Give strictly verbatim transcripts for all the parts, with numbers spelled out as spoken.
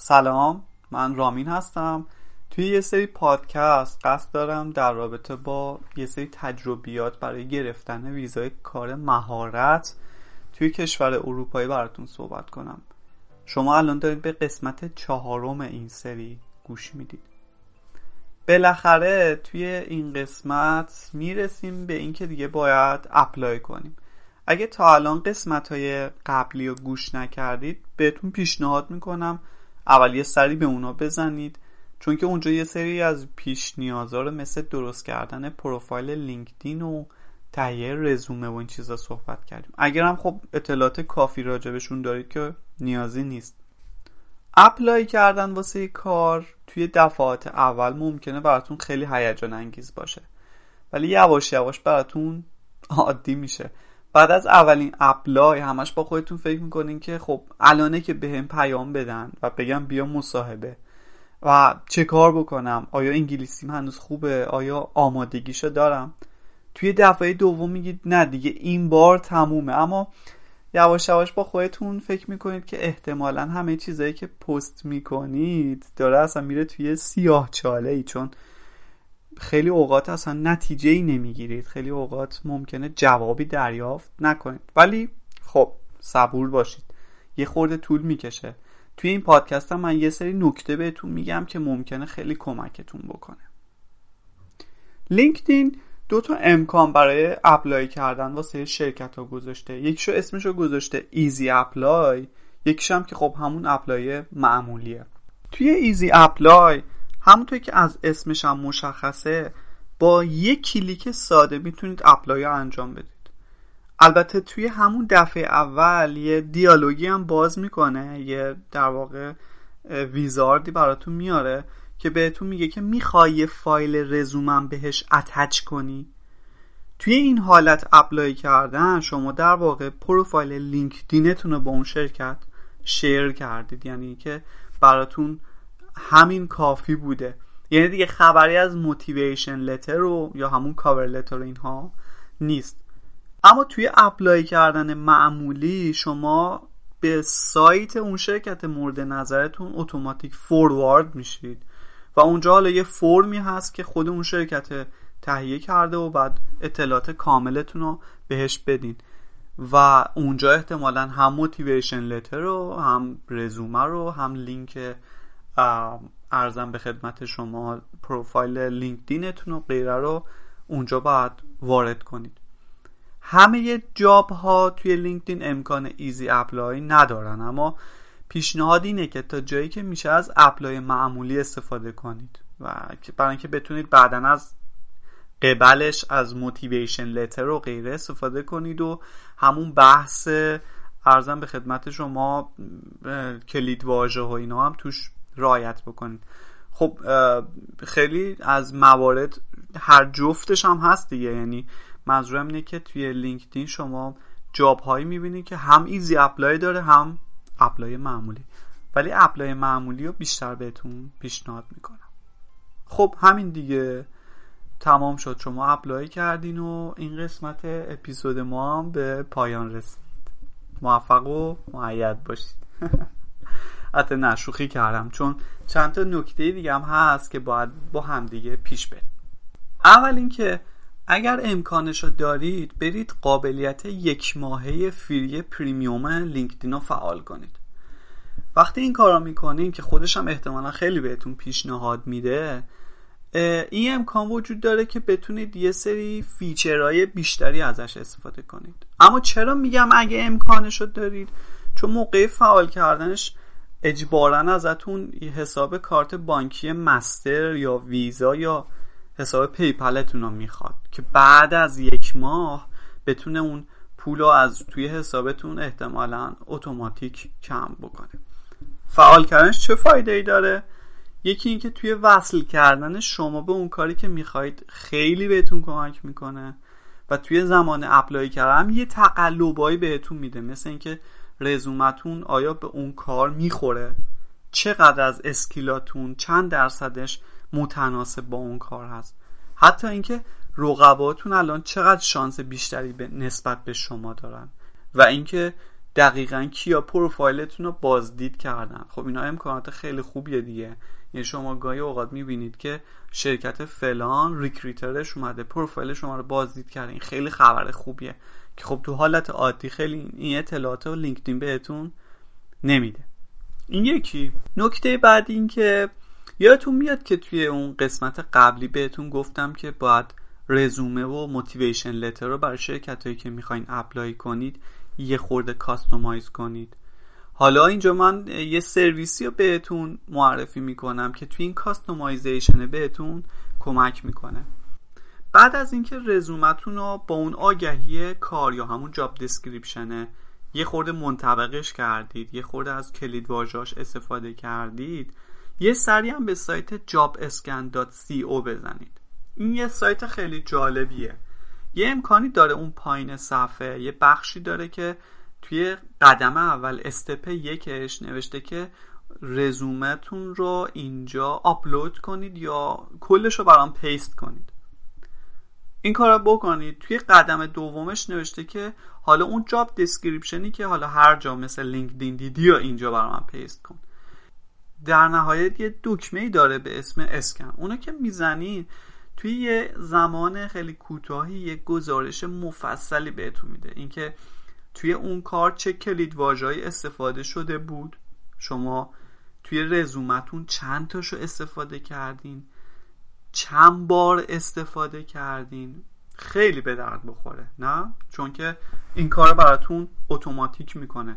سلام، من رامین هستم. توی یه سری پادکست قصد دارم در رابطه با یه سری تجربیات برای گرفتن ویزای کار مهارت توی کشور اروپایی براتون صحبت کنم. شما الان دارید به قسمت چهارم این سری گوش میدید. بالاخره توی این قسمت میرسیم به این که دیگه باید اپلای کنیم. اگه تا الان قسمت‌های قبلی رو گوش نکردید بهتون پیشنهاد میکنم اول یه سری به اونا بزنید، چون که اونجا یه سری از پیش نیازها رو مثل درست کردن پروفایل لینکدین و تهیه رزومه و این چیزا صحبت کردیم. اگرم خب اطلاعات کافی راجبشون دارید که نیازی نیست. اپلای کردن واسه کار توی دفعات اول ممکنه براتون خیلی هیجان انگیز باشه، ولی یواش یواش براتون عادی میشه. بعد از اولین اپلای همش با خودتون فکر میکنین که خب الانه که بهم پیام بدن و بگم بیا مصاحبه و چه کار بکنم، آیا انگلیسیم هنوز خوبه، آیا آمادگیشو دارم. توی دفعه دوم میگید نه دیگه این بار تمومه، اما یواش یواش با خودتون فکر میکنید که احتمالاً همه چیزایی که پست میکنید داره اصلا میره توی سیاه چاله ای، چون خیلی اوقات اصلا نتیجه ای نمیگیرید، خیلی اوقات ممکنه جوابی دریافت نکنید. ولی خب صبور باشید، یه خورده طول میکشه. توی این پادکست هم من یه سری نکته بهتون میگم که ممکنه خیلی کمکتون بکنه. لینکدین دو تا امکان برای اپلای کردن واسه شرکت ها گذاشته. یکیشو اسمشو گذاشته ایزی اپلای، یکیش هم که خب همون اپلای معمولیه. توی ایزی اپلای همونطور که از اسمش هم مشخصه با یک کلیک ساده میتونید اپلای رو انجام بدید. البته توی همون دفعه اول یه دیالوگی هم باز میکنه، یه در واقع ویزاردی براتون میاره که بهتون میگه که میخوای یه فایل رزومم بهش اتچ کنی. توی این حالت اپلای کردن شما در واقع پروفایل لینکدینتون رو با اون شرکت شیر کردید، یعنی که براتون همین کافی بوده. یعنی دیگه خبری از موتیویشن لتر رو یا همون کاور لتر رو اینها نیست. اما توی اپلای کردن معمولی شما به سایت اون شرکت مورد نظرتون اتوماتیک فوروارد میشید و اونجا حالا یه فرمی هست که خود اون شرکت تهیه کرده و بعد اطلاعات کاملتون رو بهش بدین و اونجا احتمالاً هم موتیویشن لتر رو، هم رزومه رو، هم لینک ارزم به خدمت شما پروفایل لینکدینتون و غیره رو اونجا باید وارد کنید. همه جاب ها توی لینکدین امکان ایزی اپلای ندارن، اما پیشنهاد اینه که تا جایی که میشه از اپلای معمولی استفاده کنید و برای اینکه بتونید بعداً از قبلش از موتیویشن لتر و غیره استفاده کنید و همون بحث ارزم به خدمت شما کلید واژه و اینا هم توش رعایت بکنید. خب خیلی از موارد هر جفتش هم هست دیگه، یعنی منظورم اینه که توی لینکدین شما جاب هایی میبینید که هم ایزی اپلای داره هم اپلای معمولی، ولی اپلای معمولی رو بیشتر بهتون پیشنهاد میکنم. خب همین دیگه، تمام شد. شما اپلای کردین و این قسمت اپیزود ما هم به پایان رسید. موفق و مؤید باشید. حتی نه شوخی کردم، چون چند تا نکته دیگه هم هست که باید با هم دیگه پیش بریم. اول این که اگر امکانشو دارید برید قابلیت یک ماهه فری پریمیوم لینکدین رو فعال کنید. وقتی این کارو میکنین که خودش هم احتمالا خیلی بهتون پیشنهاد میده، این امکان وجود داره که بتونید یه سری فیچرهای بیشتری ازش استفاده کنید. اما چرا میگم اگه امکانشو دارید؟ چون موقع فعال کردنش اجباراً ازتون حساب کارت بانکی مستر یا ویزا یا حساب پیپلتون رو میخواد که بعد از یک ماه بتونه اون پول رو از توی حسابتون احتمالاً اتوماتیک کم بکنه. فعال کردنش چه فایده ای داره؟ یکی این که توی وصل کردن شما به اون کاری که میخواید خیلی بهتون کمک میکنه و توی زمان اپلای کردن یه تقلبایی بهتون میده، مثل اینکه رزومتون آیا به اون کار میخوره، چقدر از اسکیلاتون چند درصدش متناسب با اون کار هست، حتی اینکه رقباتون الان چقدر شانس بیشتری به نسبت به شما دارن و اینکه دقیقاً کیا پروفایلتون رو بازدید کردن. خب اینا امکانات خیلی خوبیه دیگه. یعنی شما گاهی اوقات میبینید که شرکت فلان ریکروترش اومده پروفایل شما رو بازدید کرده، این خیلی خبر خوبیه که خب تو حالت عادی خیلی این اطلاعات رو لینکدین بهتون نمیده. این یکی. نکته بعد این که یادتون میاد که توی اون قسمت قبلی بهتون گفتم که باید رزومه و موتیویشن لتر رو برای شرکتایی که میخواین اپلای کنید یه خورده کاستومایز کنید. حالا اینجا من یه سرویسی رو بهتون معرفی میکنم که توی این کاستومایزیشن بهتون کمک میکنه. بعد از اینکه رزومتون رو با اون آگهی کار یا همون جاب دسکریپشنه یه خورده منطبقش کردید، یه خورده از کلیدواژه‌اش استفاده کردید، یه سری هم به سایت جاب اسکن دات سی او بزنید. این یه سایت خیلی جالبیه. یه امکانی داره اون پایین صفحه، یه بخشی داره که توی قدم اول استپ یکش نوشته که رزومتون رو اینجا آپلود کنید یا کلش رو برام پیست کنید. این کار رو بکنید. توی قدم دومش نوشته که حالا اون جاب دسکریپشنی که حالا هر جا مثل لینکدین دیدی یا اینجا برام پیست کن. در نهایت یه دکمه‌ای داره به اسم اسکن. اونو که میزنید توی یه زمان خیلی کوتاهی یه گزارش مفصلی بهتون میده. اینکه توی اون کار چه کلیدواژه‌ای استفاده شده بود، شما توی رزومتون چند تاشو استفاده کردین، چند بار استفاده کردین. خیلی به درد بخوره، نه؟ چون که این کار براتون اتوماتیک میکنه.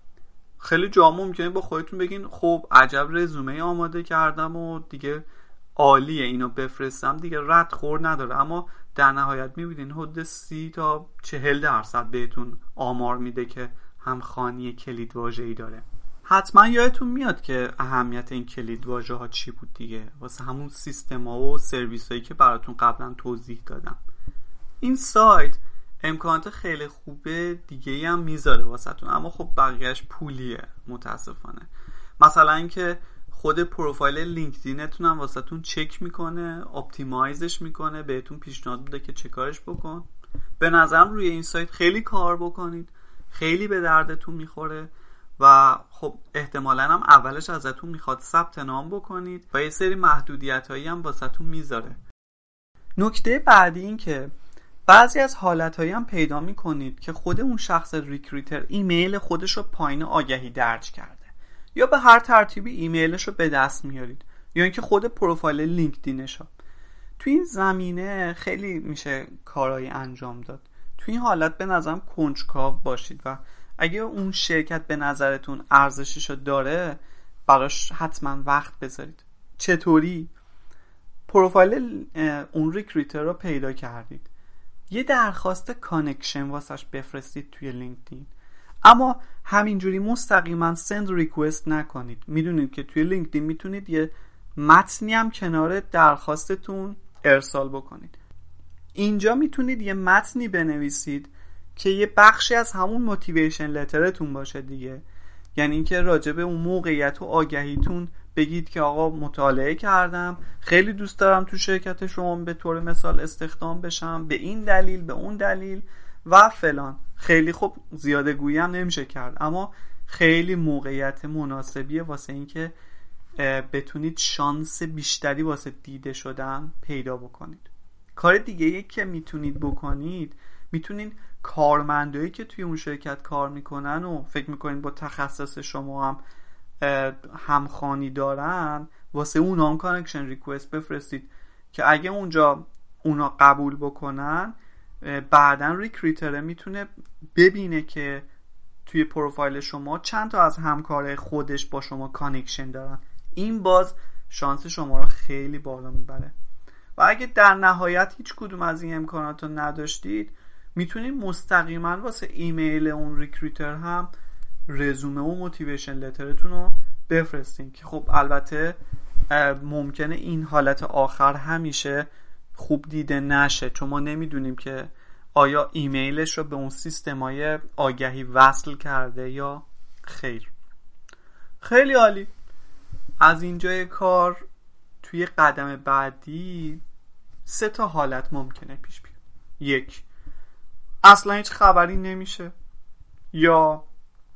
خیلی جا ممکنه با خودتون بگین خب عجب رزومه آماده کردم و دیگه عالیه اینو بفرستم دیگه رد خور نداره، اما در نهایت میبینین حدود سی تا چهل درصد بهتون آمار میده که همخوانی کلیدواژه‌ای داره. حتما یادتون میاد که اهمیت این کلیدواژه ها چی بود دیگه، واسه همون سیستم ها و سرویس هایی که براتون قبلا توضیح دادم. این سایت امکانات خیلی خوبه دیگه هم میذاره واسهتون، اما خب بقیهش پولیه متاسفانه. مثلا اینکه خود پروفایل لینکدینتون هم واسهتون چک میکنه، اپتیمایزش میکنه، بهتون پیشنهاد میده که چه کارش بکن. به نظرم روی این سایت خیلی کار بکنید، خیلی به دردتون میخوره و خب احتمالاً هم اولش ازتون میخواد ثبت نام بکنید و یه سری محدودیت هایی هم واسهتون میذاره. نکته بعدی این که بعضی از حالتهایی هم پیدا میکنید که خود اون شخص ریکروتر ایمیل خودش رو پایین آگهی درج کرده یا به هر ترتیبی ایمیلش رو به دست میارید یا اینکه خود پروفایل لینکدینش رو. تو این زمینه خیلی میشه کارایی انجام داد. تو این حالت به نظرم کنجکاو باشید و اگه اون شرکت به نظرتون ارزششو داره براش حتما وقت بذارید. چطوری؟ پروفایل اون ریکروتر رو پیدا کردید، یه درخواست کانکشن واسش بفرستید توی لینکدین، اما همینجوری مستقیما سند ریکوست نکنید. میدونید که توی لینکدین میتونید یه متنی هم کنار درخواستتون ارسال بکنید. اینجا میتونید یه متنی بنویسید که یه بخشی از همون موتیویشن لترتون باشه دیگه، یعنی اینکه راجع به اون موقعیت و آگهیتون بگید که آقا مطالعه کردم، خیلی دوست دارم تو شرکت شما به طور مثال استخدام بشم، به این دلیل به اون دلیل و فلان. خیلی خب زیاده گویی هم نمیشه کرد، اما خیلی موقعیت مناسبیه واسه اینکه بتونید شانس بیشتری واسه دیده شدن پیدا بکنید. کار دیگه ای که میتونید بکنید، میتونید کارمندایی که توی اون شرکت کار میکنن و فکر میکنید با تخصص شما هم همخوانی دارن، واسه اونا هم کانکشن ریکوست بفرستید که اگه اونجا اونا قبول بکنن بعدن ریکروتر میتونه ببینه که توی پروفایل شما چند تا از همکارای خودش با شما کانکشن دارن. این باز شانس شما رو خیلی بالا میبره. و اگه در نهایت هیچ کدوم از این امکانات رو نداشتید، میتونید مستقیما واسه ایمیل اون ریکروتر هم رزومه و موتیویشن لترتون رو بفرستین که خب البته ممکنه این حالت آخر همیشه خوب دیده نشه، چون ما نمیدونیم که آیا ایمیلش رو به اون سیستمای آگهی وصل کرده یا خیر. خیلی عالی. از اینجای کار توی قدم بعدی سه تا حالت ممکنه پیش بیاد. یک، اصلا هیچ خبری نمیشه، یا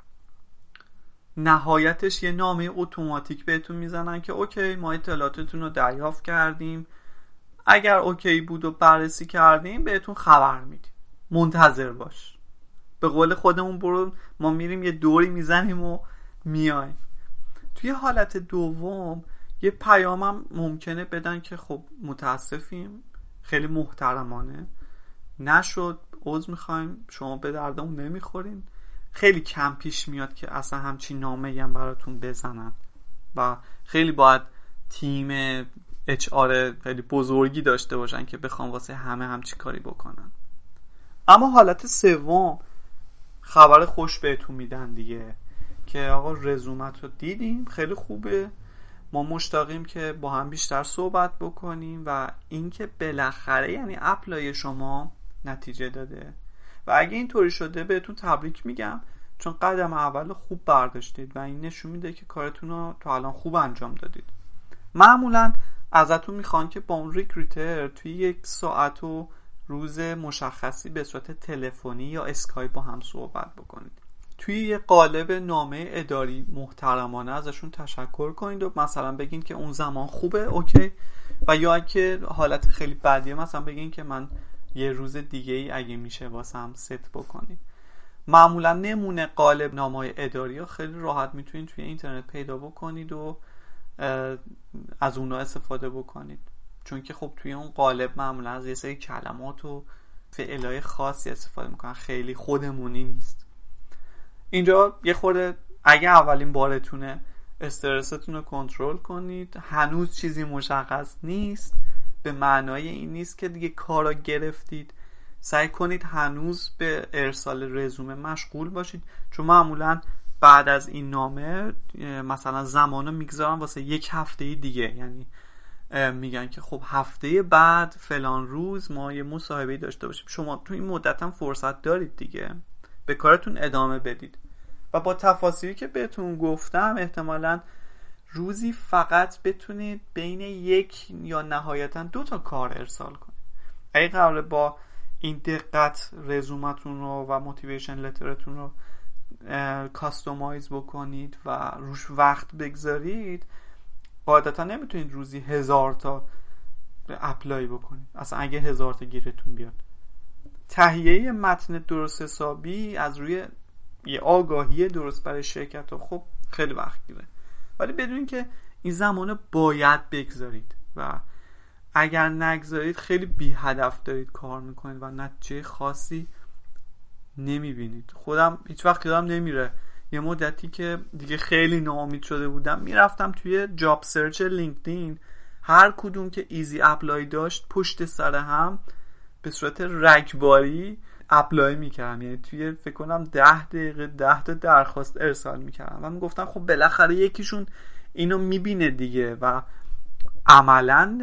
نهایتش یه نامه اتوماتیک بهتون میزنن که اوکی ما اطلاعاتتون رو دریافت کردیم، اگر اوکی بود و بررسی کردیم بهتون خبر میدیم، منتظر باش. به قول خودمون برو ما میریم یه دوری میزنیم و میایم. توی حالت دوم یه پیامم ممکنه بدن که خب متاسفیم، خیلی محترمانه نشد، عذر میخوایم، شما به دردمون نمیخورین. خیلی کم پیش میاد که اصلا همچین نامه‌ای هم براتون بزنن و خیلی باید تیم اچ آر خیلی بزرگی داشته باشن که بخوام واسه همه همچی کاری بکنن. اما حالت سوم خبر خوش بهتون میدن دیگه که آقا رزومت رو دیدیم، خیلی خوبه، ما مشتاقیم که با هم بیشتر صحبت بکنیم و اینکه بالاخره یعنی اپلای شما نتیجه داده و اگه اینطوری شده بهتون تبریک میگم، چون قدم اول خوب برداشتید و این نشون میده که کارتون رو تا الان خوب انجام دادید. معمولا ازتون میخوان که با اون ریکروتر توی یک ساعت و روز مشخصی به صورت تلفنی یا اسکایپ با هم صحبت بکنید. توی یه قالب نامه اداری محترمانه ازشون تشکر کنید و مثلا بگین که اون زمان خوبه اوکی، و یا اگه حالت خیلی بدیه مثلا بگین که من یه روز دیگه ای اگه میشه واسه هم ست بکنید. معمولا نمونه قالب نامه‌های اداری ها خیلی راحت میتونید توی اینترنت پیدا بکنید و از اونها استفاده بکنید، چون که خب توی اون قالب معمولا از یه سری کلمات و فعلای خاصی استفاده میکنن، خیلی خودمونی نیست. اینجا یه خورده اگه اولین بارتونه استرستون رو کنترل کنید. هنوز چیزی مشخص نیست، به معنای این نیست که دیگه کارا گرفتید. سعی کنید هنوز به ارسال رزومه مشغول باشید، چون معمولا بعد از این نامه مثلا زمانو میگذارن واسه یک هفته دیگه، یعنی میگن که خب هفته بعد فلان روز ما یه مصاحبه داشته باشیم، شما تو این مدت هم فرصت دارید دیگه، به کارتون ادامه بدید. و با تفاصیلی که بهتون گفتم احتمالاً روزی فقط بتونید بین یک یا نهایتاً دو تا کار ارسال کنید. اگه قراره با این دقت رزومتون رو و موتیویشن لترتون رو کاستومایز بکنید و روش وقت بگذارید، قاعدتا نمیتونید روزی هزار تا اپلای بکنید، اصلا اگه هزار تا گیرتون بیاد. تهیه متن درست حسابی از روی یه آگاهی درست برای شرکت ها خب خیلی وقت گیره، ولی بدونید که این زمانه باید بگذارید و اگر نگذارید خیلی بی هدف دارید کار میکنید و نتیجه خاصی نمیبینید. خودم هیچ وقت یادم نمیره یه مدتی که دیگه خیلی ناامید شده بودم میرفتم توی جاب سرچ لینکدین، هر کدوم که ایزی اپلای داشت پشت سر هم به صورت رگباری اپلای میکردم، یعنی توی فکر کنم ده دقیقه ده تا درخواست ارسال میکردم و میگفتم خب بالاخره یکیشون اینو میبینه دیگه. و عملا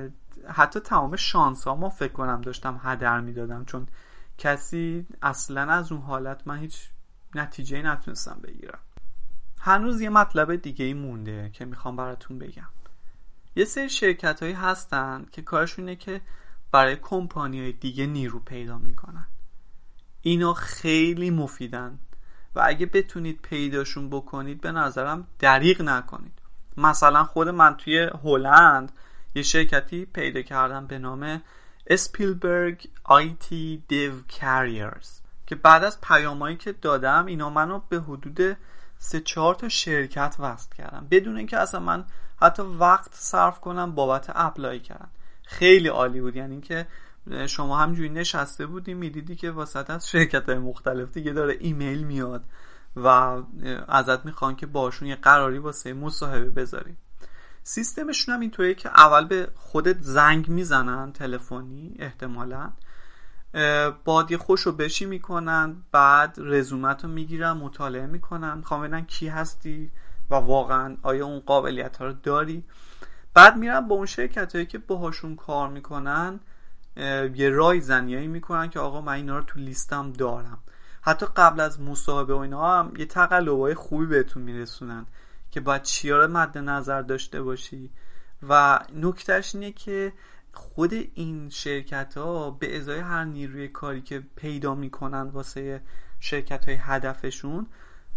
حتی تمام شانس ها ما فکر کنم داشتم هدر میدادم، چون کسی اصلا از اون حالت من هیچ نتیجه نتونستم بگیرم. هنوز یه مطلب دیگه ای مونده که میخوام براتون بگم. یه سری شرکت هایی هستن که کارشونه که برای کمپانی های دیگه نیرو پیدا میکنن. اینا خیلی مفیدن و اگه بتونید پیداشون بکنید به نظرم دریغ نکنید. مثلا خود من توی هلند یه شرکتی پیدا کردم به نام اسپیلبرگ آی تی دیو کریرز که بعد از پیامایی که دادم اینا منو به حدود سه چهار تا شرکت وصل کردم بدون اینکه اصلا من حتی وقت صرف کنم بابت اپلای کردن. خیلی عالی بود، یعنی که شما همجوری نشسته بودی میدیدی که واسط از شرکت‌های مختلف دیگه داره ایمیل میاد و ازت میخوان که باشون یه قراری واسه مصاحبه بذاری. سیستمشون هم اینطوریه که اول به خودت زنگ میزنن تلفنی، احتمالاً بعد یه خوشو بشی میکنن، بعد رزومت رو میگیرن مطالعه میکنن، میخوام ببینن کی هستی و واقعا آیا اون قابلیت ها رو داری. بعد میرن با اون شرکت هایی که باهاشون کار میکنن یه رای زنیایی میکنن که آقا من اینا رو تو لیستم دارم. حتی قبل از مصاحبه و اینا هم یه تقلبای خوبی بهتون میرسونن که باید چیا رو مد نظر داشته باشی. و نکتهش اینه که خود این شرکت ها به ازای هر نیروی کاری که پیدا میکنن واسه شرکت های هدفشون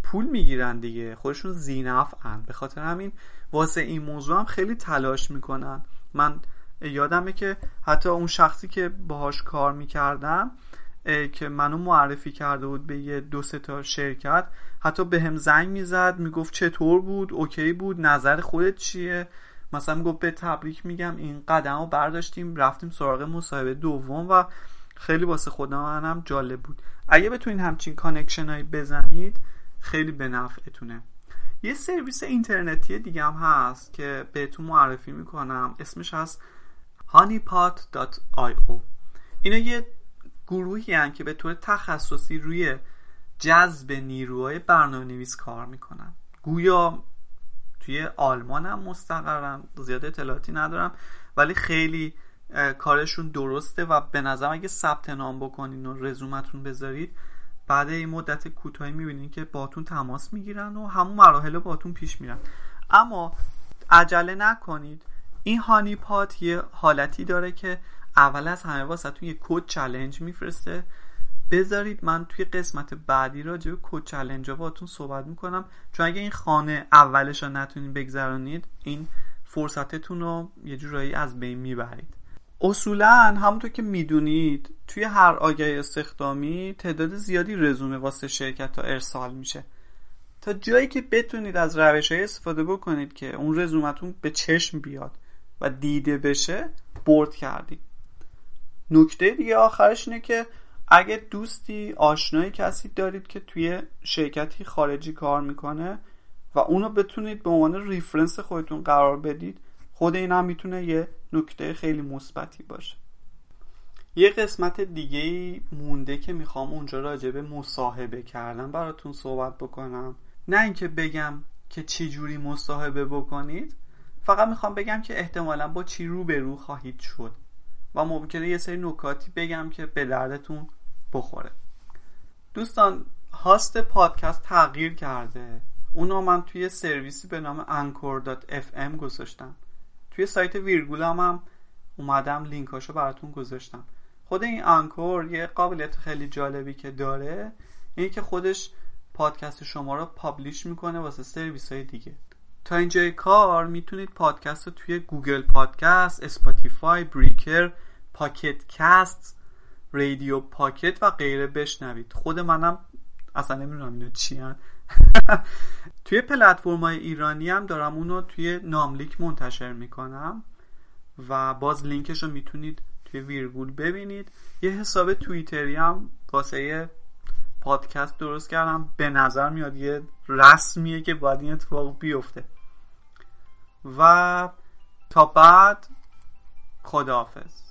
پول میگیرن دیگه، خودشون ذینفعن، به خاطر همین واسه این موضوع هم خیلی تلاش میکنن. من یادمه که حتی اون شخصی که باهاش کار میکردم که منو معرفی کرده بود به یه دو سه تا شرکت، حتی به هم زنگ میزد میگفت چطور بود، اوکی بود، نظر خودت چیه، مثلا میگفت به تبریک میگم این قدم رو برداشتیم رفتیم سراغ مصاحبه دوم و خیلی واسه خودم منم جالب بود. اگه بتونین همچین کانکشن هایی بزنید خیلی به نفعتونه. یه سرویس اینترنتی دیگه هم هست که بهتون معرفی میکنم، اسمش هست honeypot دات آی او. اینا یه گروهی هستن که به طور تخصصی روی جذب نیروهای برنامه‌نویس کار میکنن. گویا توی آلمان هم مستقرن، زیاد اطلاعاتی ندارم ولی خیلی کارشون درسته و به نظرم اگه ثبت نام بکنین و رزومتون بذارید بعد این مدت کوتاهی میبینین که باتون تماس میگیرن و همون مراحل باتون پیش میرن. اما عجله نکنید، این هانی پات یه حالتی داره که اول از همه واسهتون یه کد چالش میفرسته. بذارید من توی قسمت بعدی راجع به کد چالش ها باهاتون صحبت میکنم، چون اگه این خانه اولش رو نتونین بگذرونید این فرصتتون رو یه جورایی از بین میبرید. اصولا همونطور که میدونید توی هر آگهی استخدامی تعداد زیادی رزومه واسه شرکت ها ارسال میشه. تا جایی که بتونید از روش‌های استفاده بکنید که اون رزومتون به چشم بیاد و دیده بشه برد کردید. نکته دیگه آخرش اینه که اگه دوستی آشنایی کسی دارید که توی شرکتی خارجی کار میکنه و اونو بتونید به عنوان ریفرنس خودتون قرار بدید، خود این هم میتونه یه نکته خیلی مثبتی باشه. یه قسمت دیگه مونده که میخوام اونجا راجع به مصاحبه کردن براتون صحبت بکنم. نه اینکه بگم که چی جوری مصاحبه بکنید، فقط میخوام بگم که احتمالاً با چی رو به رو خواهید شد و ممکنه یه سری نکاتی بگم که به دردتون بخوره. دوستان، هاست پادکست تغییر کرده. اونو من توی سرویسی به نام انکور دات اف ام گذاشتم. توی سایت ویرگول هم, هم اومدم لینکاشو براتون گذاشتم. خود این انکور یه قابلیت خیلی جالبی که داره اینه که خودش پادکست شما رو پابلیش میکنه واسه سرویس های دیگه. تا اینجای کار میتونید پادکست رو توی گوگل پادکست، اسپاتیفای، بریکر، پاکت کست، رادیو پاکت و غیره بشنوید. خود منم اصلا نمیدونم اینا چی هن. توی پلتفرم‌های ایرانی هم دارم اونو توی ناملیک منتشر میکنم و باز لینکش رو میتونید توی ویرگول ببینید. یه حساب توییتری هم واسه پادکست درست کردم، به نظر میاد یه رسمیه که باید این اتفاق بیفته. و تا بعد، خداحافظ.